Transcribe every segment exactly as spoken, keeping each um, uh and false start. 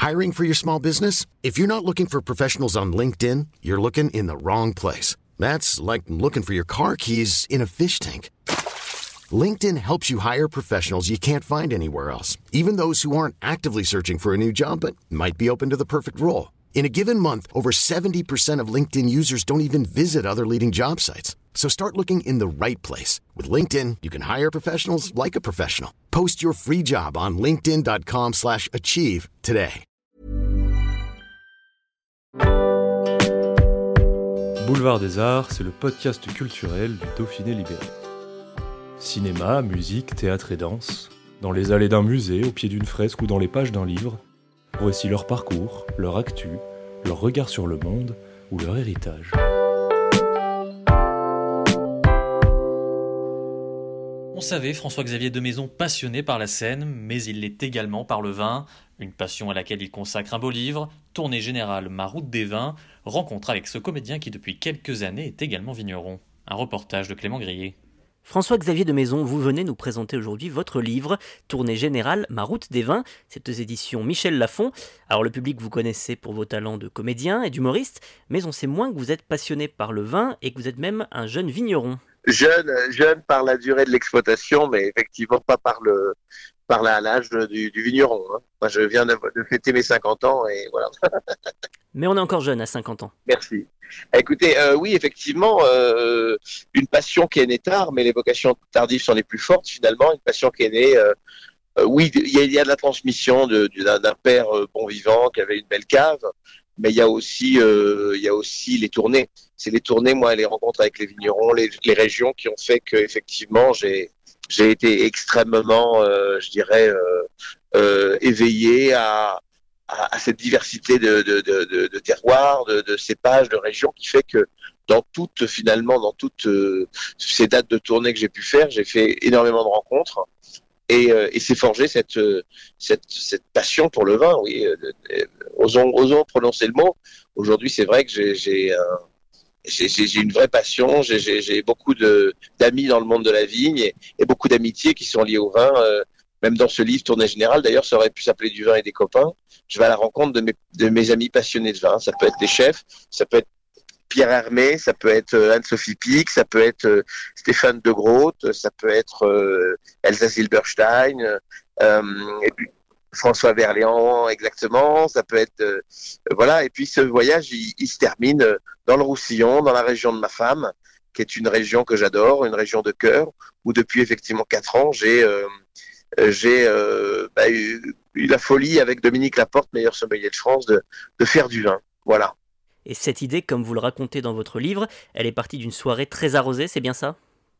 Hiring for your small business? If you're not looking for professionals on LinkedIn, you're looking in the wrong place. That's like looking for your car keys in a fish tank. LinkedIn helps you hire professionals you can't find anywhere else, even those who aren't actively searching for a new job but might be open to the perfect role. In a given month, over seventy percent of LinkedIn users don't even visit other leading job sites. So start looking in the right place. With LinkedIn, you can hire professionals like a professional. Post your free job on linkedin.com slash achieve today. Boulevard des Arts, c'est le podcast culturel du Dauphiné libéré. Cinéma, musique, théâtre et danse, dans les allées d'un musée, au pied d'une fresque ou dans les pages d'un livre, voici leur parcours, leur actu, leur regard sur le monde ou leur héritage. On savait François-Xavier de Maisons passionné par la scène, mais il l'est également par le vin, une passion à laquelle il consacre un beau livre, Tournée générale Ma route des vins, rencontre avec ce comédien qui depuis quelques années est également vigneron. Un reportage de Clément Grillet. François-Xavier de Maisons, vous venez nous présenter aujourd'hui votre livre « Tournée générale, ma route des vins ». C'est aux éditions Michel Lafon. Alors le public vous connaissez pour vos talents de comédien et d'humoriste, mais on sait moins que vous êtes passionné par le vin et que vous êtes même un jeune vigneron. Jeune, jeune par la durée de l'exploitation, mais effectivement pas par le par la, l'âge du, du vigneron. Hein. Moi, je viens de, de fêter mes cinquante ans et voilà. Mais on est encore jeune à cinquante ans. Merci. Écoutez, euh, oui, effectivement, euh, une passion qui est née tard, mais les vocations tardives sont les plus fortes finalement. Une passion qui est née, euh, euh, oui, il y, y a de la transmission de, de, d'un, d'un père euh, bon vivant qui avait une belle cave, mais il y a aussi, euh, il y a aussi les tournées. C'est les tournées, moi, les rencontres avec les vignerons, les, les régions qui ont fait que effectivement, j'ai, j'ai été extrêmement, euh, je dirais, euh, euh, éveillé à à cette diversité de, de, de, de terroirs, de, de cépages, de régions, qui fait que dans toutes, finalement, dans toutes euh, ces dates de tournée que j'ai pu faire, j'ai fait énormément de rencontres et, euh, et c'est forgé cette, cette, cette passion pour le vin, oui. Euh, euh, osons, osons prononcer le mot. Aujourd'hui, c'est vrai que j'ai, j'ai, euh, j'ai, j'ai, j'ai une vraie passion, j'ai, j'ai, j'ai beaucoup de, d'amis dans le monde de la vigne et, et beaucoup d'amitiés qui sont liées au vin. Euh, Même dans ce livre, Tournée générale, d'ailleurs, ça aurait pu s'appeler Du vin et des copains. Je vais à la rencontre de mes, de mes amis passionnés de vin. Ça peut être des chefs, ça peut être Pierre Hermé, ça peut être Anne-Sophie Pic, ça peut être Stéphane de Groot, ça peut être euh, Elsa Silberstein, euh, et puis François Verléan, exactement. Ça peut être euh, voilà. Et puis ce voyage, il, il se termine dans le Roussillon, dans la région de ma femme, qui est une région que j'adore, une région de cœur, où depuis effectivement quatre ans, j'ai euh, j'ai euh, bah, eu, eu la folie avec Dominique Laporte, meilleur sommelier de France, de, de faire du vin. Voilà. Et cette idée, comme vous le racontez dans votre livre, elle est partie d'une soirée très arrosée, c'est bien ça ?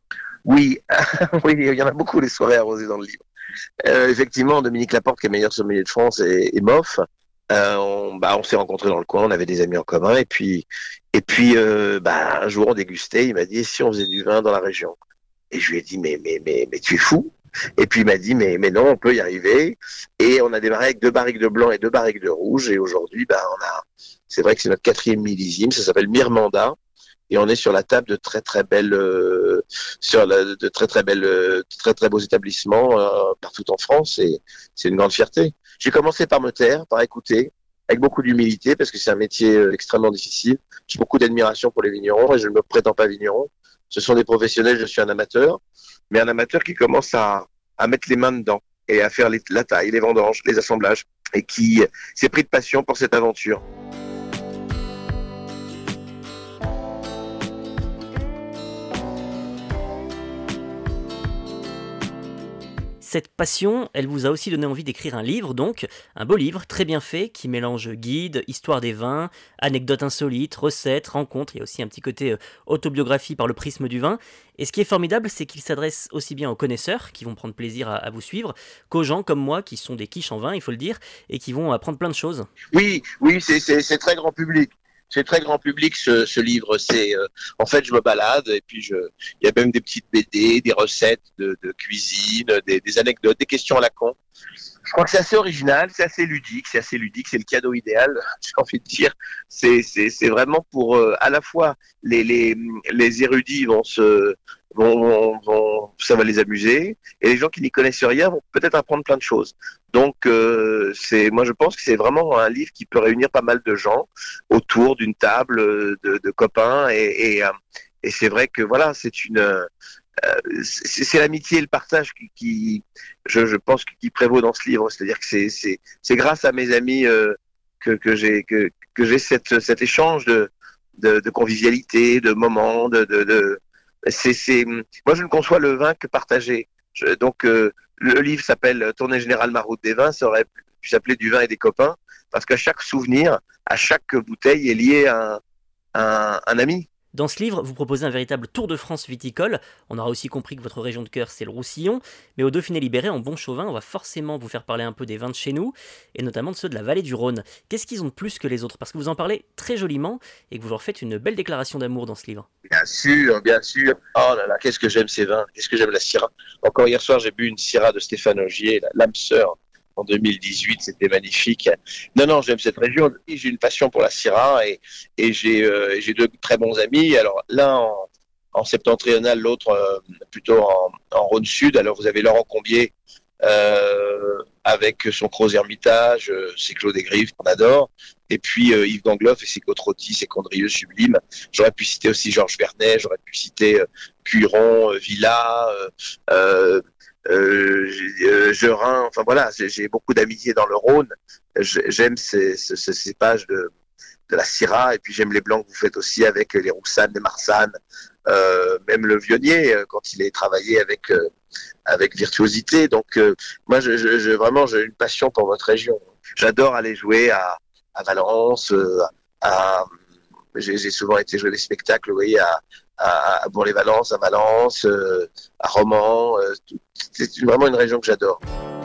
Oui, oui, il y en a beaucoup les soirées arrosées dans le livre. Euh, effectivement, Dominique Laporte, qui est meilleur sommelier de France, et, et Moff, euh, on, bah, on s'est rencontrés dans le coin, on avait des amis en commun, et puis, et puis euh, bah, un jour on dégustait, il m'a dit, et si on faisait du vin dans la région ? Et je lui ai dit, mais, mais, mais, mais tu es fou ? Et puis il m'a dit, mais, mais non, on peut y arriver. Et on a démarré avec deux barriques de blanc et deux barriques de rouge. Et aujourd'hui, bah, on a, c'est vrai que c'est notre quatrième millésime. Ça s'appelle Mirmanda. Et on est sur la table de très très belles, euh, sur la, de très très belles, euh, très très beaux établissements euh, partout en France. Et c'est une grande fierté. J'ai commencé par me taire, par écouter, avec beaucoup d'humilité, parce que c'est un métier euh, extrêmement difficile. J'ai beaucoup d'admiration pour les vignerons et je ne me prétends pas vigneron. Ce sont des professionnels, je suis un amateur, mais un amateur qui commence à, à mettre les mains dedans et à faire les, la taille, les vendanges, les assemblages, et qui s'est pris de passion pour cette aventure. Cette passion, elle vous a aussi donné envie d'écrire un livre, donc un beau livre très bien fait qui mélange guide, histoire des vins, anecdotes insolites, recettes, rencontres. Il y a aussi un petit côté euh, autobiographie par le prisme du vin. Et ce qui est formidable, c'est qu'il s'adresse aussi bien aux connaisseurs qui vont prendre plaisir à, à vous suivre qu'aux gens comme moi qui sont des quiches en vin, il faut le dire, et qui vont apprendre plein de choses. Oui, oui, c'est, c'est, c'est très grand public. C'est très grand public ce, ce livre. C'est euh, en fait je me balade et puis je il y a même des petites B D, des recettes de, de cuisine, des, des anecdotes, des questions à la con. Je crois que c'est assez original, c'est assez ludique, c'est assez ludique, c'est le cadeau idéal. J'ai envie de dire, c'est c'est c'est vraiment pour euh, à la fois les les les érudits vont se vont, vont vont ça va les amuser et les gens qui n'y connaissent rien vont peut-être apprendre plein de choses. Donc, euh, c'est, moi, je pense que c'est vraiment un livre qui peut réunir pas mal de gens autour d'une table de, de copains. Et, et, euh, et c'est vrai que voilà, c'est une, euh, c'est, c'est l'amitié et le partage qui, qui je, je pense, qui prévaut dans ce livre. C'est-à-dire que c'est, c'est, c'est grâce à mes amis euh, que, que j'ai, que, que j'ai cette, cet échange de, de, de convivialité, de moments, de, de, de c'est, c'est, moi, je ne conçois le vin que partagé. Je, donc, euh, le livre s'appelle Tournée générale Maroute des vins, ça aurait pu s'appeler Du vin et des copains, parce qu'à chaque souvenir, à chaque bouteille est lié un, un, un ami. Dans ce livre, vous proposez un véritable tour de France viticole. On aura aussi compris que votre région de cœur, c'est le Roussillon. Mais au Dauphiné libéré, en bon chauvin, on va forcément vous faire parler un peu des vins de chez nous, et notamment de ceux de la vallée du Rhône. Qu'est-ce qu'ils ont de plus que les autres? Parce que vous en parlez très joliment, et que vous leur faites une belle déclaration d'amour dans ce livre. Bien sûr, bien sûr. Oh là là, qu'est-ce que j'aime ces vins, qu'est-ce que j'aime la Syrah. Encore hier soir, j'ai bu une Syrah de Stéphane Ogier, la l'âme sœur. En deux mille dix-huit, c'était magnifique. Non, non, j'aime cette région. J'ai une passion pour la Syrah et, et j'ai, euh, j'ai deux très bons amis. Alors, l'un en, en septentrional, l'autre euh, plutôt en, en Rhône Sud. Alors, vous avez Laurent Combier euh, avec son Cros Hermitage, euh, ses Clos des Griffes, qu'on adore. Et puis euh, Yves Gangloff et ses Côtes Rôties, ses Condrieux sublimes. J'aurais pu citer aussi Georges Vernet, j'aurais pu citer euh, Cuiron, euh, Villa, euh, euh, Euh, euh, Gerin, enfin voilà, j'ai, j'ai beaucoup d'amitié dans le Rhône. J'aime ces, ces, ces cépages de, de la Syrah, et puis j'aime les blancs que vous faites aussi avec les Roussanne, les Marsanne, euh, même le Viognier quand il est travaillé avec euh, avec virtuosité. Donc euh, moi, je, je, je vraiment, j'ai une passion pour votre région. J'adore aller jouer à, à Valence, euh, à j'ai, j'ai souvent été jouer des spectacles, vous voyez, à à, à Bourg-les-Valence, à Valence, euh, à Romans. Euh, c'est vraiment une région que j'adore.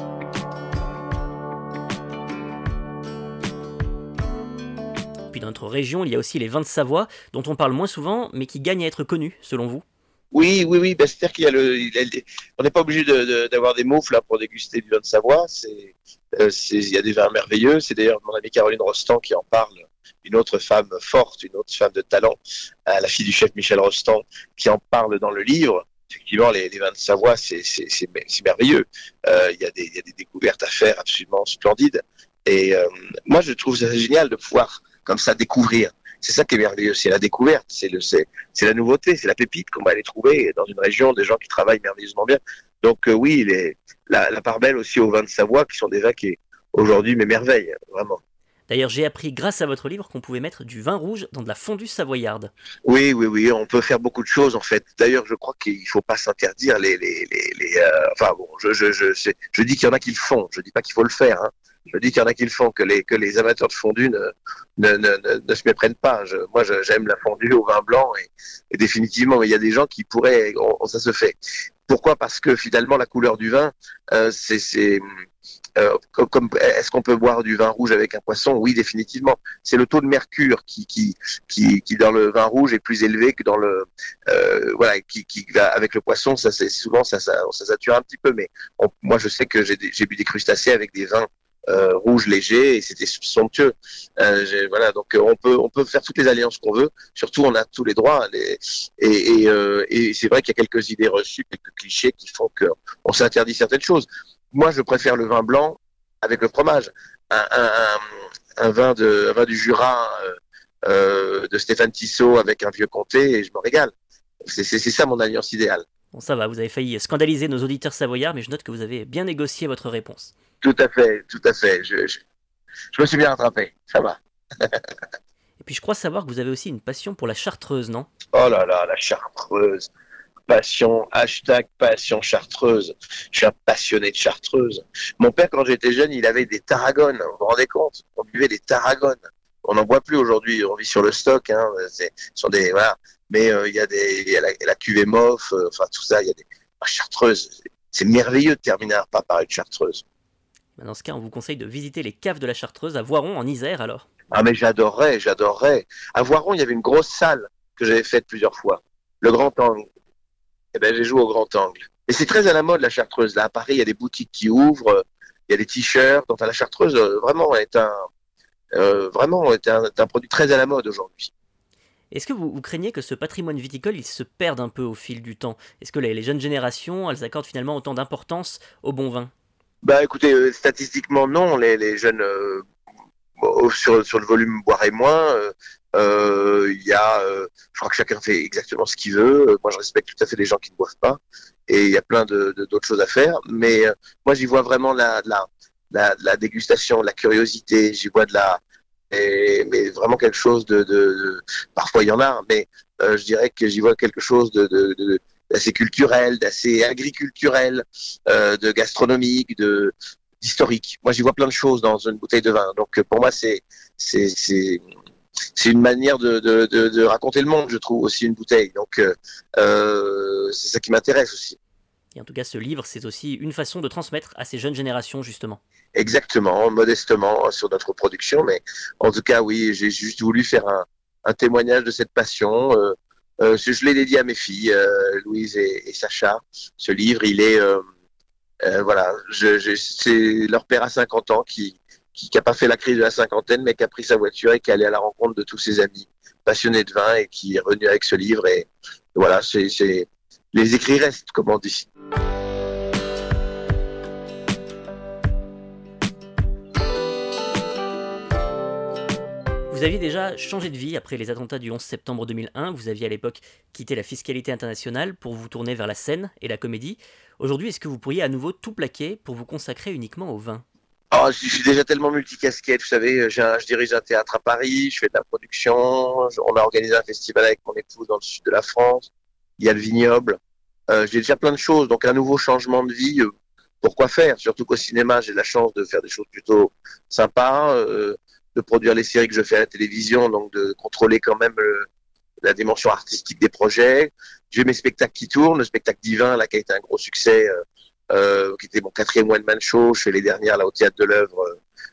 Puis dans notre région, il y a aussi les vins de Savoie, dont on parle moins souvent, mais qui gagnent à être connus, selon vous. Oui, oui, oui. Ben, c'est-à-dire qu'il y a le, il y a, on n'est pas obligé de, de, d'avoir des moufles là pour déguster du vin de Savoie. C'est, euh, c'est, il y a des vins merveilleux. C'est d'ailleurs mon amie Caroline Rostand qui en parle. Une autre femme forte, une autre femme de talent, la fille du chef Michel Rostand, qui en parle dans le livre. Effectivement, les, les vins de Savoie, c'est, c'est, c'est, c'est merveilleux. Euh, il y a des, il y a des découvertes à faire absolument splendides. Et euh, moi, je trouve ça génial de pouvoir, comme ça, découvrir. C'est ça qui est merveilleux, c'est la découverte, c'est, le, c'est, c'est la nouveauté, c'est la pépite qu'on va aller trouver dans une région, des gens qui travaillent merveilleusement bien. Donc euh, oui, les, la, la part belle aussi aux vins de Savoie, qui sont des vins qui, aujourd'hui, m'émerveillent, vraiment. D'ailleurs, j'ai appris grâce à votre livre qu'on pouvait mettre du vin rouge dans de la fondue savoyarde. Oui, oui, oui, on peut faire beaucoup de choses en fait. D'ailleurs, je crois qu'il faut pas s'interdire les, les, les, les euh, enfin bon, je, je, je, je, je dis qu'il y en a qui le font. Je dis pas qu'il faut le faire. Hein. Je dis qu'il y en a qui le font, que les que les amateurs de fondue ne ne ne, ne, ne se méprennent pas. Je, moi, je, j'aime la fondue au vin blanc et, et définitivement, il y a des gens qui pourraient, on, ça se fait. Pourquoi? Parce que finalement, la couleur du vin, euh, c'est c'est Euh, comme, est-ce qu'on peut boire du vin rouge avec un poisson? Oui, définitivement. C'est le taux de mercure qui, qui, qui, qui dans le vin rouge est plus élevé que dans le, euh, voilà, qui, qui va avec le poisson. Ça, c'est souvent ça, ça, ça sature un petit peu. Mais on, moi, je sais que j'ai, j'ai bu des crustacés avec des vins euh, rouges légers et c'était somptueux. Euh, j'ai, voilà, donc on peut, on peut faire toutes les alliances qu'on veut. Surtout, on a tous les droits. Les, et, et, euh, et c'est vrai qu'il y a quelques idées reçues, quelques clichés qui font que on s'interdit certaines choses. Moi, je préfère le vin blanc avec le fromage. Un, un, un, un, vin, de, un vin du Jura euh, euh, de Stéphane Tissot avec un vieux comté et je me régale. C'est, c'est, c'est ça mon alliance idéale. Bon, ça va, vous avez failli scandaliser nos auditeurs savoyards, mais je note que vous avez bien négocié votre réponse. Tout à fait, tout à fait. Je, je, je me suis bien rattrapé, ça va. Et puis je crois savoir que vous avez aussi une passion pour la chartreuse, non? Oh là là, la chartreuse. Passion, hashtag passion chartreuse. Je suis un passionné de chartreuse. Mon père, quand j'étais jeune, il avait des tarragones. Vous vous rendez compte? On buvait des tarragones. On n'en boit plus aujourd'hui. On vit sur le stock. Hein. C'est, ce sont des, voilà. Mais euh, il y a des, il y a la, la cuvée Moff, euh, enfin tout ça. Il y a des la chartreuse. C'est merveilleux de terminer un repas par une chartreuse. Dans ce cas, on vous conseille de visiter les caves de la Chartreuse à Voiron, en Isère, alors. Ah mais j'adorerais, j'adorerais. À Voiron, il y avait une grosse salle que j'avais faite plusieurs fois. Le Grand Angle. Eh ben, j'ai joué au Grand Angle. Et c'est très à la mode, la chartreuse. Là, à Paris, il y a des boutiques qui ouvrent, il y a des t-shirts. Donc, la chartreuse, euh, vraiment, est un, euh, vraiment, est un, est un produit très à la mode aujourd'hui. Est-ce que vous, vous craignez que ce patrimoine viticole, il se perde un peu au fil du temps? Est-ce que les, les jeunes générations, elles accordent finalement autant d'importance au bon vin? Bah écoutez, euh, statistiquement non, les, les jeunes euh, sur, sur le volume boiraient moins. Il euh, euh, y a, euh, je crois que chacun fait exactement ce qu'il veut. Moi, je respecte tout à fait les gens qui ne boivent pas, et il y a plein de, de d'autres choses à faire. Mais euh, moi, j'y vois vraiment la, la, la, la dégustation, la curiosité. J'y vois de la, et, mais vraiment quelque chose de, de, de parfois il y en a, mais euh, je dirais que j'y vois quelque chose de, de, de d'assez culturel, d'assez agriculturel, euh, de gastronomique, de d'historique. Moi, j'y vois plein de choses dans une bouteille de vin. Donc, pour moi, c'est c'est c'est c'est une manière de de de, de raconter le monde, je trouve aussi une bouteille. Donc, euh, c'est ça qui m'intéresse aussi. Et en tout cas, ce livre, c'est aussi une façon de transmettre à ces jeunes générations, justement. Exactement, modestement sur notre production, mais en tout cas, oui, j'ai juste voulu faire un, un témoignage de cette passion. Euh, euh, je l'ai dédié à mes filles, euh, Louise et, et Sacha. Ce livre, il est, euh, euh, voilà, je, je, c'est leur père à cinquante ans qui qui n'a pas fait la crise de la cinquantaine, mais qui a pris sa voiture et qui est allé à la rencontre de tous ses amis passionnés de vin et qui est revenu avec ce livre. Et voilà, c'est, c'est les écrits restent, comme on dit. Vous aviez déjà changé de vie après les attentats du onze septembre deux mille un. Vous aviez à l'époque quitté la fiscalité internationale pour vous tourner vers la scène et la comédie. Aujourd'hui, est-ce que vous pourriez à nouveau tout plaquer pour vous consacrer uniquement au vin ? Oh, je suis déjà tellement multicasquette, vous savez, j'ai un, je dirige un théâtre à Paris, je fais de la production, on a organisé un festival avec mon épouse dans le sud de la France, il y a le vignoble, euh, j'ai déjà plein de choses, donc un nouveau changement de vie, euh, pourquoi faire ? Surtout qu'au cinéma, j'ai la chance de faire des choses plutôt sympas, euh, de produire les séries que je fais à la télévision, donc de contrôler quand même le, la dimension artistique des projets. J'ai mes spectacles qui tournent, le spectacle Divin, là, qui a été un gros succès, euh, euh, qui était mon quatrième one-man show. Je fais les dernières là au Théâtre de l'Œuvre.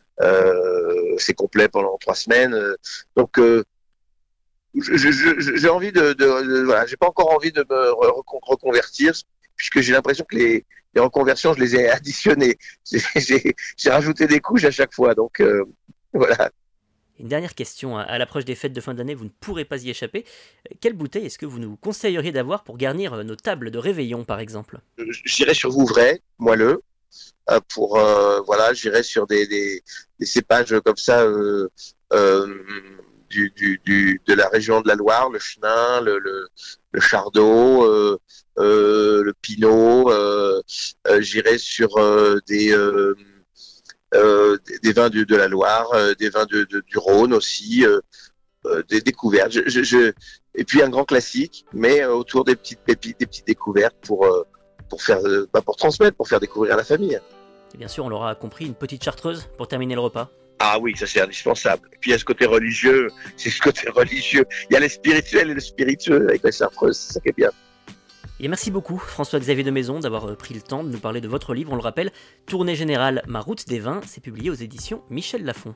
Euh, c'est complet pendant trois semaines. Donc, euh, je, je, je, j'ai envie de, de, de, voilà, j'ai pas encore envie de me reconvertir, puisque j'ai l'impression que les, les reconversions, je les ai additionnées. J'ai, j'ai, j'ai rajouté des couches à chaque fois. Donc, euh, voilà. Une dernière question, à l'approche des fêtes de fin d'année, vous ne pourrez pas y échapper. Quelle bouteille est-ce que vous nous conseilleriez d'avoir pour garnir nos tables de réveillon, par exemple ? J'irai sur Vouvray, moelleux, euh, pour, euh, voilà, j'irai sur des, des, des cépages comme ça, euh, euh, du, du, du, de la région de la Loire, le Chenin, le, le, le Chardot, euh, euh, le Pinot, euh, euh, j'irai sur euh, des... Euh, Euh, des, des vins de, de la Loire, euh, des vins de, de, du Rhône aussi, euh, euh, des découvertes. Je, je, je... Et puis un grand classique, mais euh, autour des petites pépites, des petites découvertes pour, euh, pour, faire, euh, bah, pour transmettre, pour faire découvrir à la famille. Et bien sûr, on l'aura compris, une petite chartreuse pour terminer le repas. Ah oui, ça c'est indispensable. Et puis il y a ce côté religieux, c'est ce côté religieux. Il y a le spirituel et le spiritueux avec la chartreuse, c'est ça qui est bien. Et merci beaucoup François-Xavier de Maison d'avoir pris le temps de nous parler de votre livre. On le rappelle, Tournée Générale, Ma Route des Vins, c'est publié aux éditions Michel Lafon.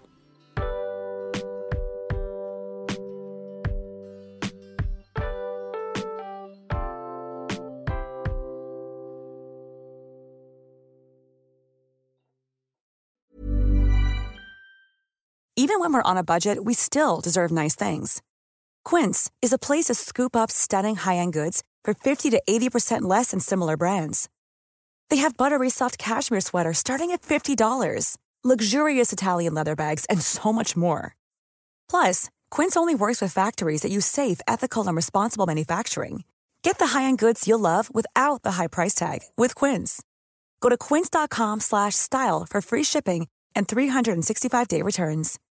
Even when we're on a budget, we still deserve nice things. Quince is a place to scoop up stunning high-end goods for fifty to eighty percent less than similar brands. They have buttery soft cashmere sweaters starting at fifty dollars, luxurious Italian leather bags, and so much more. Plus, Quince only works with factories that use safe, ethical, and responsible manufacturing. Get the high-end goods you'll love without the high price tag with Quince. Go to quince dot com slash style for free shipping and three sixty-five day returns.